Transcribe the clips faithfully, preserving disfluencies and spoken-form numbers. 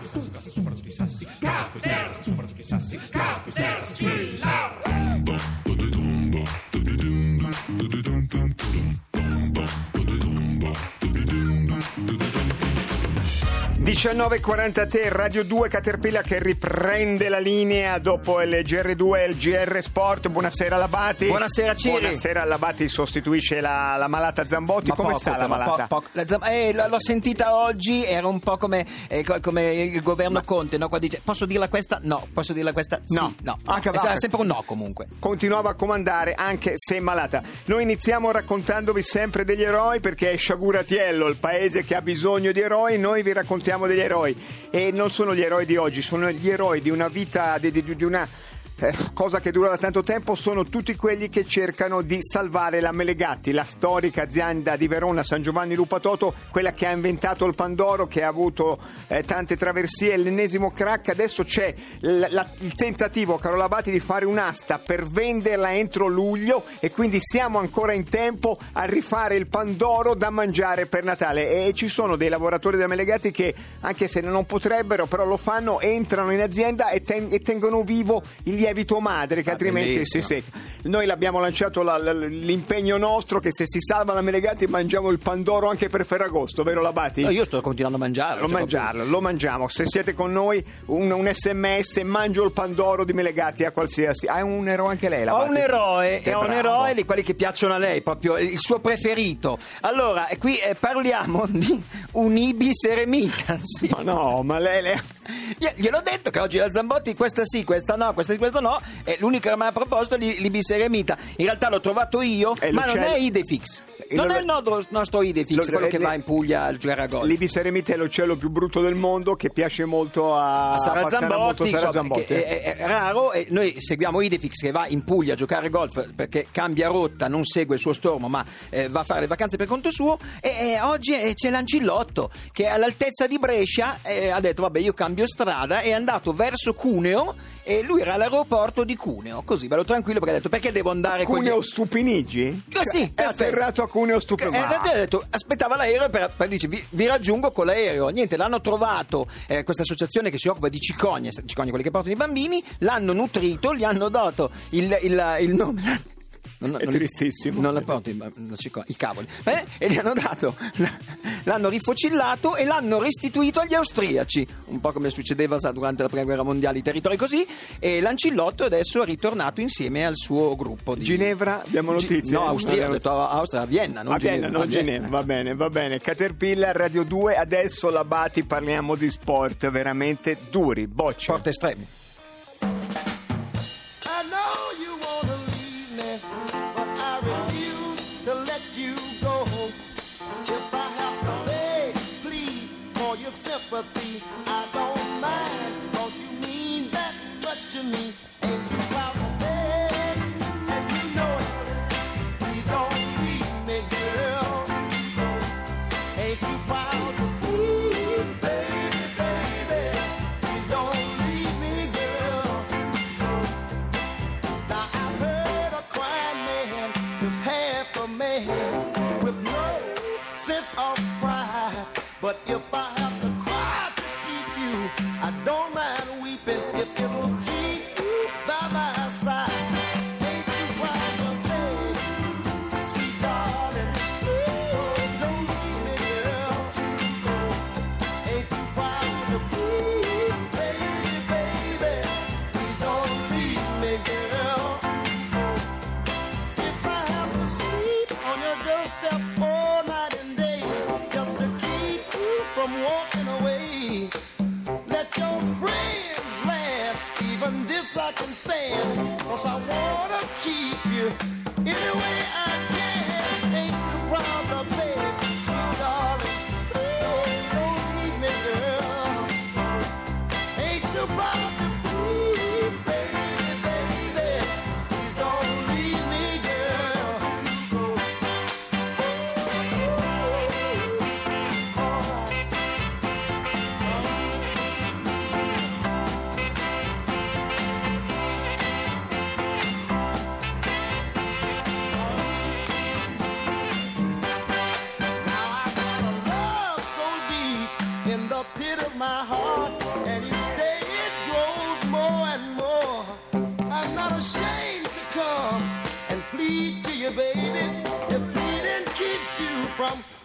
diciannove e quarantatré, Radio due Caterpillar che riprende la linea dopo il G R due e il G R Sport. Buonasera Labati. Buonasera Ciri. Buonasera Labati, sostituisce la, la malata Zambotti. Ma come poco, sta la malata? Po- po- la Zam- eh, l'ho sentita oggi, era un po' come, eh, come il governo Ma... Conte, no? Quando dice posso dirla questa? No. Posso dirla questa? No. Sì. No. Anche no. È sempre un no comunque. Continuava a comandare anche se malata. Noi iniziamo raccontandovi sempre degli eroi, perché è Sciaguratiello, il paese che ha bisogno di eroi. Noi vi raccontiamo degli eroi, e non sono gli eroi di oggi, sono gli eroi di una vita, di, di, di una eh, cosa che dura da tanto tempo. Sono tutti quelli che cercano di salvare la Melegatti, la storica azienda di Verona, San Giovanni Lupatoto, quella che ha inventato il Pandoro, che ha avuto eh, tante traversie, l'ennesimo crack. Adesso c'è l- la, il tentativo, caro Labati, di fare un'asta per venderla entro luglio, e quindi siamo ancora in tempo a rifare il Pandoro da mangiare per Natale. E ci sono dei lavoratori da Melegatti che, anche se non potrebbero, però lo fanno, entrano in azienda e, ten- e tengono vivo il lievito madre, che ah, altrimenti bellissimo. si secca. Noi l'abbiamo lanciato la, la, l'impegno nostro che se si salva la Melegatti mangiamo il Pandoro anche per Ferragosto, vero Labati? No, io sto continuando a mangiarlo. Lo cioè mangiarlo, proprio... lo mangiamo. Se siete con noi, un, un sms, mangio il Pandoro di Melegatti a qualsiasi. Hai un eroe anche lei, Labati? Ho un eroe, è un eroe di quelli che piacciono a lei, proprio il suo preferito. Allora, qui eh, parliamo di un ibis eremita. Sì. Ma no, ma lei... lei... Gliel'ho detto che oggi la Zambotti questa sì, questa no, questa sì, questo no, e l'unico che mi ha proposto è l'ibis eremita. In realtà l'ho trovato io, e ma non è Idefix. Non lo... è il nostro, nostro Idefix, lo... quello lo... che le... va in Puglia al giocare a golf. L'ibis eremita è l'uccello più brutto del mondo, che piace molto a, a Sara Zambotti, Sara Zambotti. È, è, è raro, e noi seguiamo Idefix che va in Puglia a giocare a golf perché cambia rotta, non segue il suo stormo, ma eh, va a fare le vacanze per conto suo. E, e oggi eh, c'è l'Ancillotto che all'altezza di Brescia eh, ha detto vabbè, io cambio strada, è andato verso Cuneo, e lui era all'aeroporto di Cuneo, così bello tranquillo, perché ha detto perché devo andare a Cuneo quegli... Stupinigi? Eh, sì, è atterrato a Cuneo Stupinigi. E ha detto aspettava l'aereo per, per dice vi, vi raggiungo con l'aereo. Niente, l'hanno trovato eh, questa associazione che si occupa di cicogne, cicogne quelli che portano i bambini, l'hanno nutrito, gli hanno dato il, il, il nome. Non, è non, tristissimo. Non la porto i, i cavoli eh? E gli hanno dato, l'hanno rifocillato e l'hanno restituito agli austriaci, un po' come succedeva sa, durante la prima guerra mondiale, i territori così. E l'Ancillotto adesso è ritornato insieme al suo gruppo di Ginevra. Abbiamo notizie? G- no, Austria, ho detto Austria, a Vienna, non a Ginevra, Vienna, non Vienna. Ginevra. Va bene, va bene. Caterpillar, Radio due. Adesso Labati, parliamo di sport veramente duri, bocce, sport estremi. Sympathy, I don't mind, cause you mean that much to me. Ain't you proud of me? And you know it. Please don't leave me, girl. Ain't you proud of me, baby, baby? Please don't leave me, girl. Now I've heard a crying man is half a man with no sense of pride. But if I have to cry to keep you, I don't mind weeping if it'll keep you by my side. Ain't you proud of me, sweet darling? Oh, don't leave me, girl. Ain't you proud of me, baby, baby? Please don't leave me, girl. If I have to sleep on your doorstep all night and day, just to keep you from walking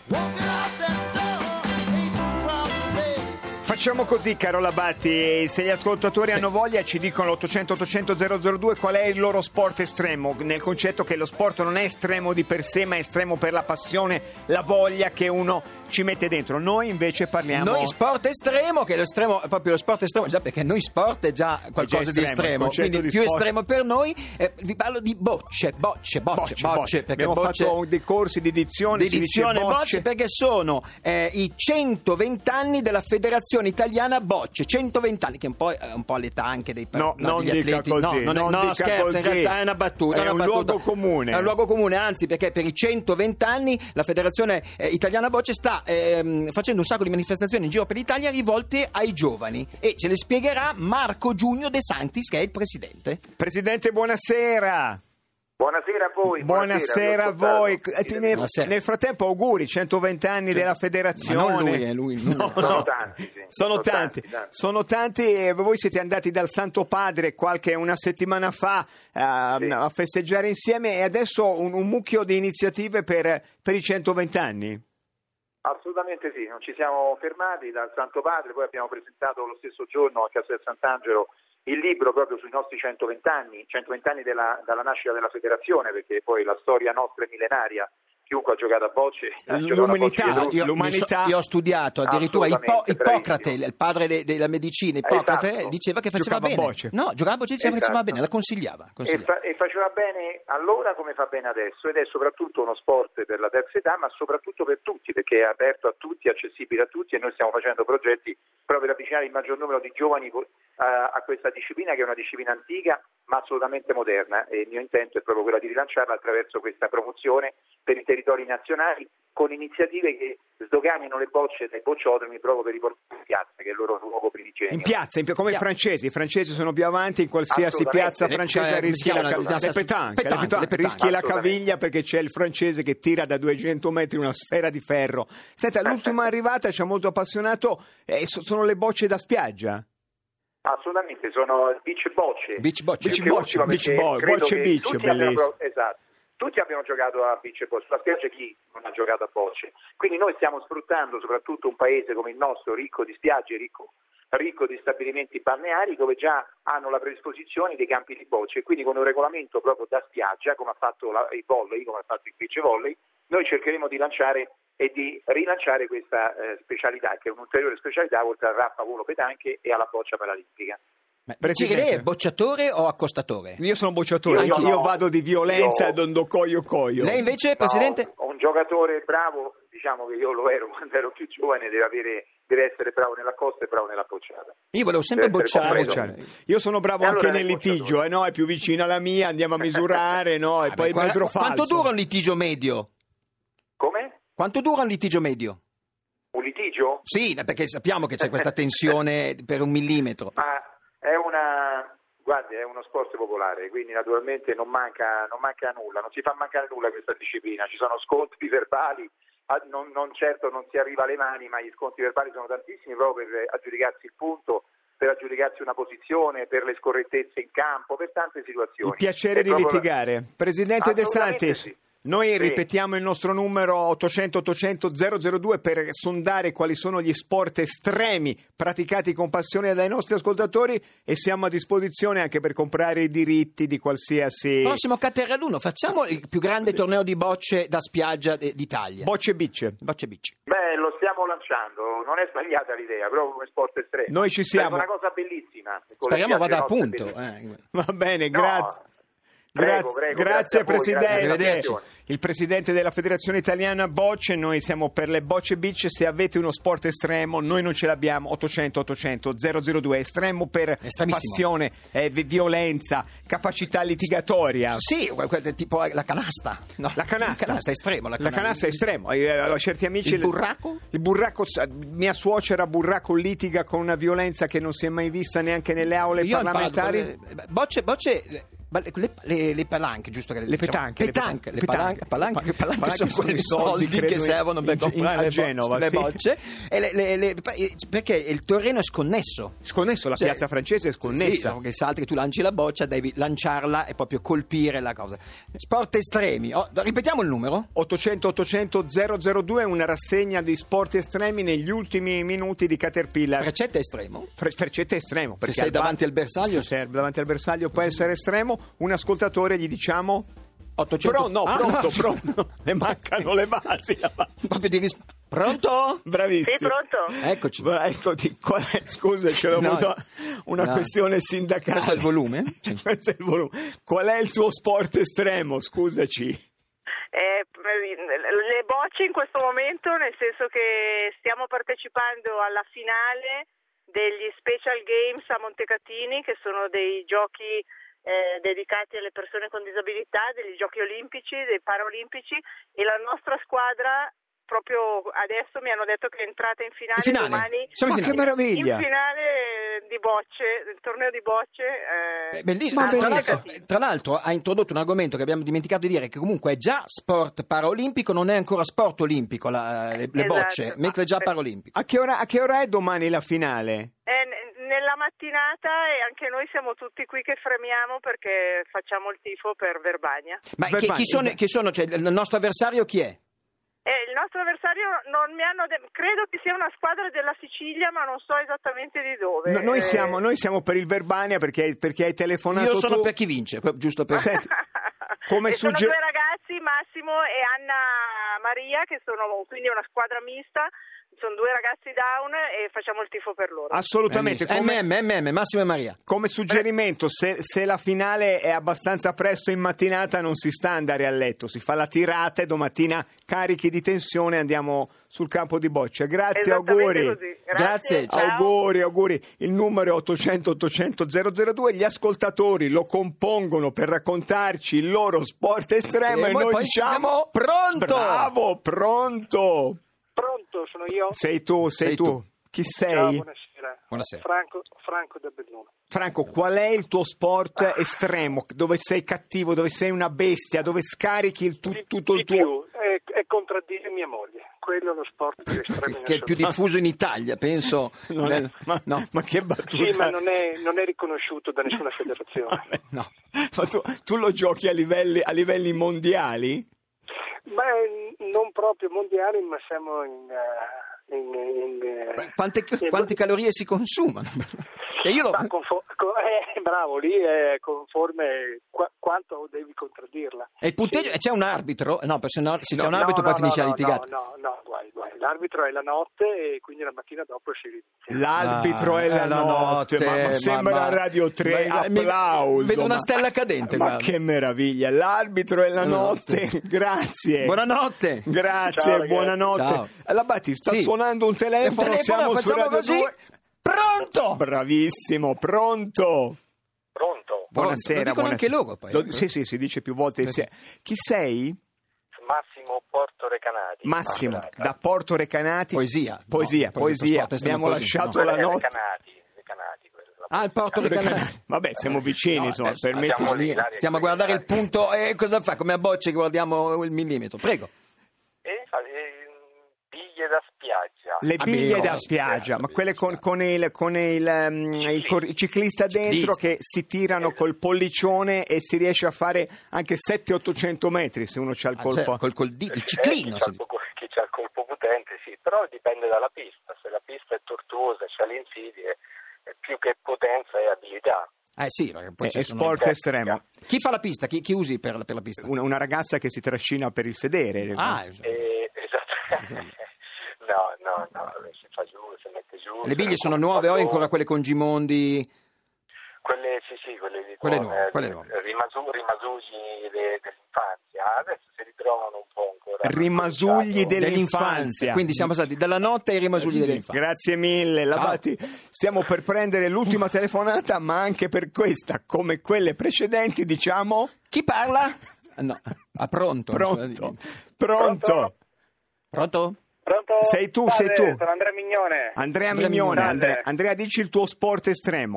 Walking out that door ain't too proud to beg. Facciamo così, caro Labatti, se gli ascoltatori Sì. hanno voglia ci dicono ottocento ottocento zero zero due qual è il loro sport estremo, nel concetto che lo sport non è estremo di per sé ma è estremo per la passione, la voglia che uno ci mette dentro. Noi invece parliamo... Noi sport estremo, che è lo estremo, è proprio lo sport estremo, già perché noi sport è già qualcosa È già di estremo, il estremo, concetto quindi di più sport. estremo per noi. Eh, vi parlo di bocce, bocce, bocce, Bocce, bocce. perché Abbiamo bocce, fatto dei corsi di dizione, si dice Edizione bocce. bocce, perché sono eh, i centoventi anni della Federazione Italiana Bocce, centoventi anni, che è un po', è un po' l'età anche dei, No, no, non degli dica atleti. così, no, non, è- non no, dica scherzo, così. in realtà è una battuta. È una un battuta. luogo comune. È un luogo comune, anzi, perché per i centoventi anni la Federazione eh, Italiana Bocce sta ehm, facendo un sacco di manifestazioni in giro per l'Italia rivolte ai giovani, e ce le spiegherà Marco Giugno De Santis, che è il presidente. Presidente, buonasera. Buonasera a voi. Buonasera a vi ho voi. ascoltato. Eh, Nel, Buonasera. nel frattempo auguri, centoventi anni della federazione. Ma non lui, è lui, lui. No, Sono no. tanti, sì. Sono Sono tanti, tanti, tanti. sono tanti, e voi siete andati dal Santo Padre qualche una settimana fa eh, Sì. a festeggiare insieme, e adesso un, un mucchio di iniziative per, per i centoventi anni. Assolutamente sì, non ci siamo fermati dal Santo Padre, poi abbiamo presentato lo stesso giorno a Castel Sant'Angelo il libro proprio sui nostri centoventi anni, centoventi anni della, dalla nascita della federazione, perché poi la storia nostra è millenaria. Chiunque ha giocato a bocce, ha giocato a L'umanità, bocce di Io, tutto. l'umanità. mi so- io ho studiato addirittura Ippo- Assolutamente, Ippocrate, bravissimo. il padre de- della medicina, Ippocrate Esatto. diceva che faceva Giocava a bene. bocce. No, giocava a bocce, diceva che faceva Esatto. bene, la consigliava. E, consigliava. fa- e faceva bene allora come fa bene adesso, ed è soprattutto uno sport per la terza età, ma soprattutto per tutti, perché è aperto a tutti, accessibile a tutti, e noi stiamo facendo progetti proprio per avvicinare il maggior numero di giovani uh, a questa disciplina, che è una disciplina antica ma assolutamente moderna, e il mio intento è proprio quello di rilanciarla attraverso questa promozione per i territori nazionali, con iniziative che sdoganino le bocce dai bocciodromi proprio per riportare in piazza, che è il loro luogo primigenio. In piazza, in pi- come i francesi, i francesi sono più avanti, in qualsiasi Assolutamente. piazza Eh, francese eh, rischi come la, si ca- chiamano? le petanche, Petanche, le petanche, le petanche. rischi la Assolutamente. caviglia, perché c'è il francese che tira da duecento metri una sfera di ferro. Senta, l'ultima arrivata ci ha molto appassionato, eh, so- sono le bocce da spiaggia. Assolutamente, sono beach bocce. Beach bocce. Beach Più che bocce, ultima, beach perché ball, credo bocce che beach, tutti abbiano bellissimo. pro- esatto. Tutti abbiamo giocato a beach ball, sulla spiaggia chi non ha giocato a bocce. Quindi noi stiamo sfruttando soprattutto un paese come il nostro, ricco di spiagge, ricco, ricco di stabilimenti balneari, dove già hanno la predisposizione dei campi di bocce, e quindi con un regolamento proprio da spiaggia, come ha fatto la, il volley, come ha fatto il beach volley, noi cercheremo di lanciare e di rilanciare questa eh, specialità, che è un'ulteriore specialità oltre al raffa volo petanche e alla boccia paralimpica. Ma Presidente. dici che lei è bocciatore o accostatore? Io sono bocciatore, Io io, sono- io vado di violenza io- e dondo coio coio. Lei invece, No, presidente? un giocatore bravo, diciamo che io lo ero quando ero più giovane, deve, avere, deve essere bravo nella costa e bravo nella bocciata. Io volevo sempre Deve essere bocciare. compreso. Io sono bravo E anche allora nel è litigio, bocciatore. eh, no? È più vicino alla mia, andiamo a misurare, no? E Ah, poi beh, metro qua- Quanto falso. dura un litigio medio? Come? Quanto dura un litigio medio? Un litigio? Sì, perché sappiamo che c'è questa tensione per un millimetro. Ma è una... Guardi, è uno sport popolare, quindi naturalmente non manca, non manca nulla, non si fa mancare nulla questa disciplina, ci sono scontri verbali, ah, non, non certo non si arriva alle mani, ma gli scontri verbali sono tantissimi proprio per aggiudicarsi il punto, per aggiudicarsi una posizione, per le scorrettezze in campo, per tante situazioni. Il piacere È di proprio la- litigare. Presidente De Assolutamente Santis, sì. noi Sì. ripetiamo il nostro numero ottocento ottocento zero zero due per sondare quali sono gli sport estremi praticati con passione dai nostri ascoltatori, e siamo a disposizione anche per comprare i diritti di qualsiasi Prossimo Caterraluno, facciamo il più grande torneo di bocce da spiaggia de- d'Italia. bocce beach. Bocce Beach. Beh, lo stiamo lanciando, non è sbagliata l'idea, proprio come sport estremo. Noi ci siamo. È una cosa bellissima. con le Speriamo spiagge vada a nostre punto. bellissime. eh. Va bene, No, grazie. prego, Grazie, prego, grazie, grazie a voi, Presidente. grazie per l'attenzione. Il Presidente della Federazione Italiana Bocce, noi siamo per le Bocce Beach. Se avete uno sport estremo, noi non ce l'abbiamo. Ottocento ottocento zero zero due, estremo per Estremissimo. passione, eh, vi- violenza, capacità litigatoria. Sì, que- que- tipo la canasta. No, La canasta. La canasta è estremo. La La canasta, canasta è estremo. Eh, Ho certi amici. Il burraco? Il burraco, sa- mia suocera burraco litiga con una violenza che non si è mai vista neanche nelle aule Io ho imparato, parlamentari. eh, Bocce, bocce Ma le, le, le, le palanche, giusto? Che Le diciamo, petanche, le petanche, le petanche. palanche, palanche, palanche, Palanche sono sono quei i soldi, soldi credo, che servono per in- in- comprare a le, Genova, bo- le sì. bocce. E le, le, le, perché il terreno è sconnesso. Sconnesso, la Cioè, piazza francese è sconnessa. Sì, che salti, che tu lanci la boccia, devi lanciarla e proprio colpire la cosa. Sport estremi. Oh, ripetiamo il numero. ottocento ottocento zero zero due, una rassegna di sport estremi negli ultimi minuti di Caterpillar. Freccetta estremo. Fre- Freccetta estremo. perché sei al bar- davanti al bersaglio- Se sei davanti al bersaglio può essere estremo. Un ascoltatore gli diciamo... ottocento Però no, Ah, pronto, no. pronto. Le mancano le basi. Proprio di ris- Pronto? Bravissimo. Sì, pronto? Eccoci. Ma eccoti, qual è, scusa, ce l'ho No, avuto una no. questione sindacale. Questo è il volume? Sì. Questo è il volume. Qual è il tuo sport estremo? Scusaci. Eh, le bocce in questo momento, nel senso che stiamo partecipando alla finale degli Special Games a Montecatini, che sono dei giochi eh, dedicati alle persone con disabilità, degli giochi olimpici, dei paraolimpici, e la nostra squadra proprio adesso mi hanno detto che è entrata in finale, In finale? domani. Siamo in Ma che finale. meraviglia! In finale di bocce, il torneo di bocce. Eh, Eh, Bellissimo. Ma Ah, tra, bellissimo. l'altro, tra l'altro ha introdotto un argomento che abbiamo dimenticato di dire, che comunque è già sport paraolimpico, non è ancora sport olimpico la- le, le Esatto. bocce, mentre è già Ah, paraolimpico. A che ora, a che ora è domani la finale? Eh, n- nella mattinata, e anche noi siamo tutti qui che fremiamo perché facciamo il tifo per Verbania. Ma chi, Verbani- chi sono, chi sono cioè, il nostro avversario chi è? Eh, il nostro avversario non mi hanno de- credo che sia una squadra della Sicilia, ma non so esattamente di dove. No, noi, Eh, siamo, noi siamo per il Verbania perché, perché hai telefonato Io sono tu. per chi vince, pro- giusto per... Senti, come e sono sugge- due ragazzi, Massimo e Anna Maria, che sono quindi una squadra mista. Sono due ragazzi down e facciamo il tifo per loro. Assolutamente. Come, M M, M M, Massimo e Maria. come suggerimento, se, se la finale è abbastanza presto in mattinata, non si sta a andare a letto, si fa la tirata e domattina carichi di tensione andiamo sul campo di boccia. Grazie, Esattamente auguri. così. Grazie, ciao. Auguri, auguri. Il numero è ottocento ottocento zero zero due. Gli ascoltatori lo compongono per raccontarci il loro sport estremo e, E noi poi diciamo pronto! Bravo, pronto. Pronto, sono io. Sei tu, sei, Sei tu. tu. Chi Ciao, sei? buonasera. Buonasera. Franco, Franco da Belluno. Franco, qual è il tuo sport estremo? Dove sei cattivo, dove sei una bestia, dove scarichi il tu- Di- tutto di il tuo... più, è, è contraddire mia moglie. Quello è lo sport più estremo in Che è il più assoluto. diffuso in Italia, penso. Non è- Nel- ma, no. ma che battuta! Sì, ma non è, non è riconosciuto da nessuna federazione. Vabbè, no. Ma tu, tu lo giochi a livelli, a livelli mondiali? Beh, non proprio mondiali, ma siamo in... eh, in, in, eh, Beh, Quante, in- quante calorie si consumano? E io lo... Ma confo- co- eh, bravo, lì è conforme qua- quanto devi contraddirla. E il punteggio, Sì. e c'è un arbitro? No, perché se, no, se c'è No, un arbitro no, poi no, finisce no, la litigata. No, no, no, guai, guai. L'arbitro è la notte e quindi la mattina dopo si inizia. L'arbitro Ah, è la, è la notte, notte, ma, ma ma- sembra ma- Radio tre, ma- mi- applauso. vedo una ma- stella cadente, Ma guarda. che meraviglia, l'arbitro è la La notte, notte. grazie. Buonanotte. Grazie, Ciao, ragazzi. buonanotte. Ciao. La Batti, sta Sì. suonando un telefono, Il telefono, siamo su facciamo Radio così. due. Pronto? Bravissimo, pronto. Pronto? Buonasera, Lo dicono buonasera. anche loro poi. Lo- sì, sì, si dice più volte. Eh, sì. Chi sei? Massimo Porto Recanati. Massimo, da Porto Recanati. Poesia. Poesia, No, poesia. sport estremo Abbiamo poesia. lasciato No. la notte. Recanati, Recanati quello. Ah, il Porto Recanati. Vabbè, siamo vicini, No, insomma, adesso permetti- siamo lì. Stiamo a guardare il punto e cosa fa? Come a bocce che guardiamo il millimetro. Prego. E eh, biglie da spiaggia. Le Ah, biglie beh, da no, spiaggia, beh, ma beh, quelle con, spiaggia. con il, con il, um, il cor- il ciclista dentro Ciclista. che si tirano col pollicione e si riesce a fare anche settecento ottocento metri se uno c'ha il Ah, colpo. cioè, col, col di- il ciclino. Eh, chi, c'ha si il poco- chi c'ha il colpo potente, sì, però dipende dalla pista. Se la pista è tortuosa, c'ha le insidie, eh, più che potenza è abilità. Eh sì, perché poi È, ci è sono- sport tecnica. estremo. Chi fa la pista? Chi, chi usi per, per la pista? Una, una ragazza che si trascina per il sedere. Ah, E, esatto. no, no, no, si fa giù, si mette giù. le biglie sono nuove o ancora quelle con Gimondi? Quelle, sì, sì, quelle, di Quelle con, nuove, eh, quelle nuove. Rimasu- rimasugli de- dell'infanzia. Adesso si ritrovano un po' ancora. Rimasugli del dell'infanzia. Quindi siamo stati dalla notte ai rimasugli dell'infanzia. Grazie mille, Labati. Stiamo per prendere l'ultima telefonata, ma anche per questa, come quelle precedenti, diciamo Chi parla? Ah, no, ah, pronto. pronto. Pronto. Pronto? Pronto? Sei tu, Salve, sei tu. Sono Andrea Mignone. Andrea Andrea Mignone, Mignone. Andrea, Andrea, dici il tuo sport estremo.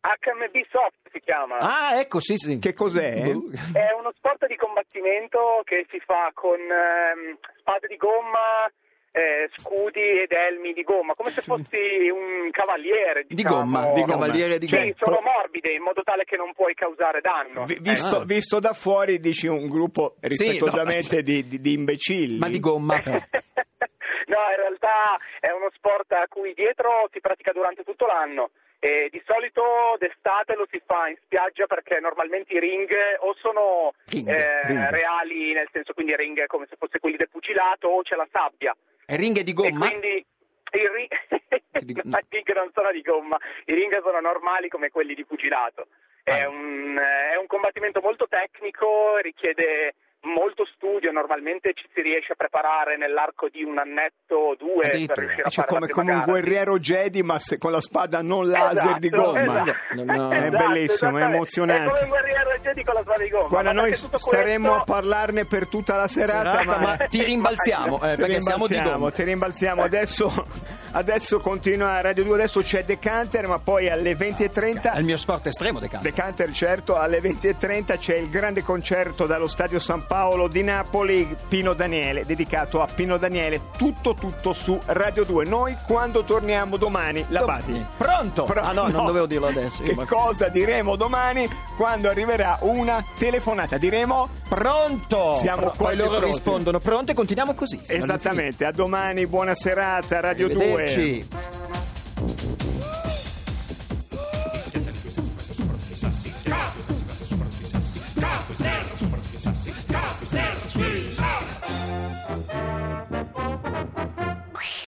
H M B Soft si chiama. Ah, ecco, sì, sì. Che cos'è? È uno sport di combattimento che si fa con ehm, spade di gomma, eh, scudi ed elmi di gomma, come se fossi un cavaliere, Di diciamo. gomma, di gomma. cavaliere di Sì, gomma. sono morbide in modo tale che non puoi causare danno. Vi- visto, Ah. visto da fuori dici un gruppo rispettosamente no. di, di, di imbecilli. Ma di gomma. però. No, in realtà è uno sport a cui dietro si pratica durante tutto l'anno. E di solito d'estate lo si fa in spiaggia perché normalmente i ring o sono Ring, eh, ring. reali, nel senso quindi ring come se fosse quelli del pugilato, o c'è la sabbia. E ringhe di gomma? E quindi i ring... Di- no, i ring non sono di gomma, i ring sono normali come quelli di pugilato. È Ah. un, è un combattimento molto tecnico, richiede molto studio, normalmente ci si riesce a preparare nell'arco di un annetto o due per Addirittura. riuscire a Cioè, fare come, la prima come un gara. guerriero Jedi, ma se- con la spada non laser Esatto, di gomma. esatto. No, no, è Esatto, bellissimo, è esattamente. emozionante. È come un guerriero Jedi con la spada di gomma. Guarda, ma noi perché tutto staremmo questo- a parlarne per tutta la serata, Serata, ma, ma ti rimbalziamo, eh, ti perché siamo di rimbalziamo, gomma. ti rimbalziamo. Adesso, adesso continua Radio due, adesso c'è Decanter, ma poi alle venti e trenta È il mio sport estremo, Decanter. Decanter, certo, alle venti e trenta c'è il grande concerto dallo Stadio San Paolo di Napoli, Pino Daniele, dedicato a Pino Daniele, tutto tutto su Radio due. Noi quando torniamo domani, la Bati. Pronto? Pro- ah no, non dovevo dirlo adesso. Che Io ma- cosa diremo domani quando arriverà una telefonata? Diremo Pronto? Siamo Pro- Poi quasi loro pronti. rispondono pronto e continuiamo così. esattamente. A domani, buona serata Radio due. Arrivederci.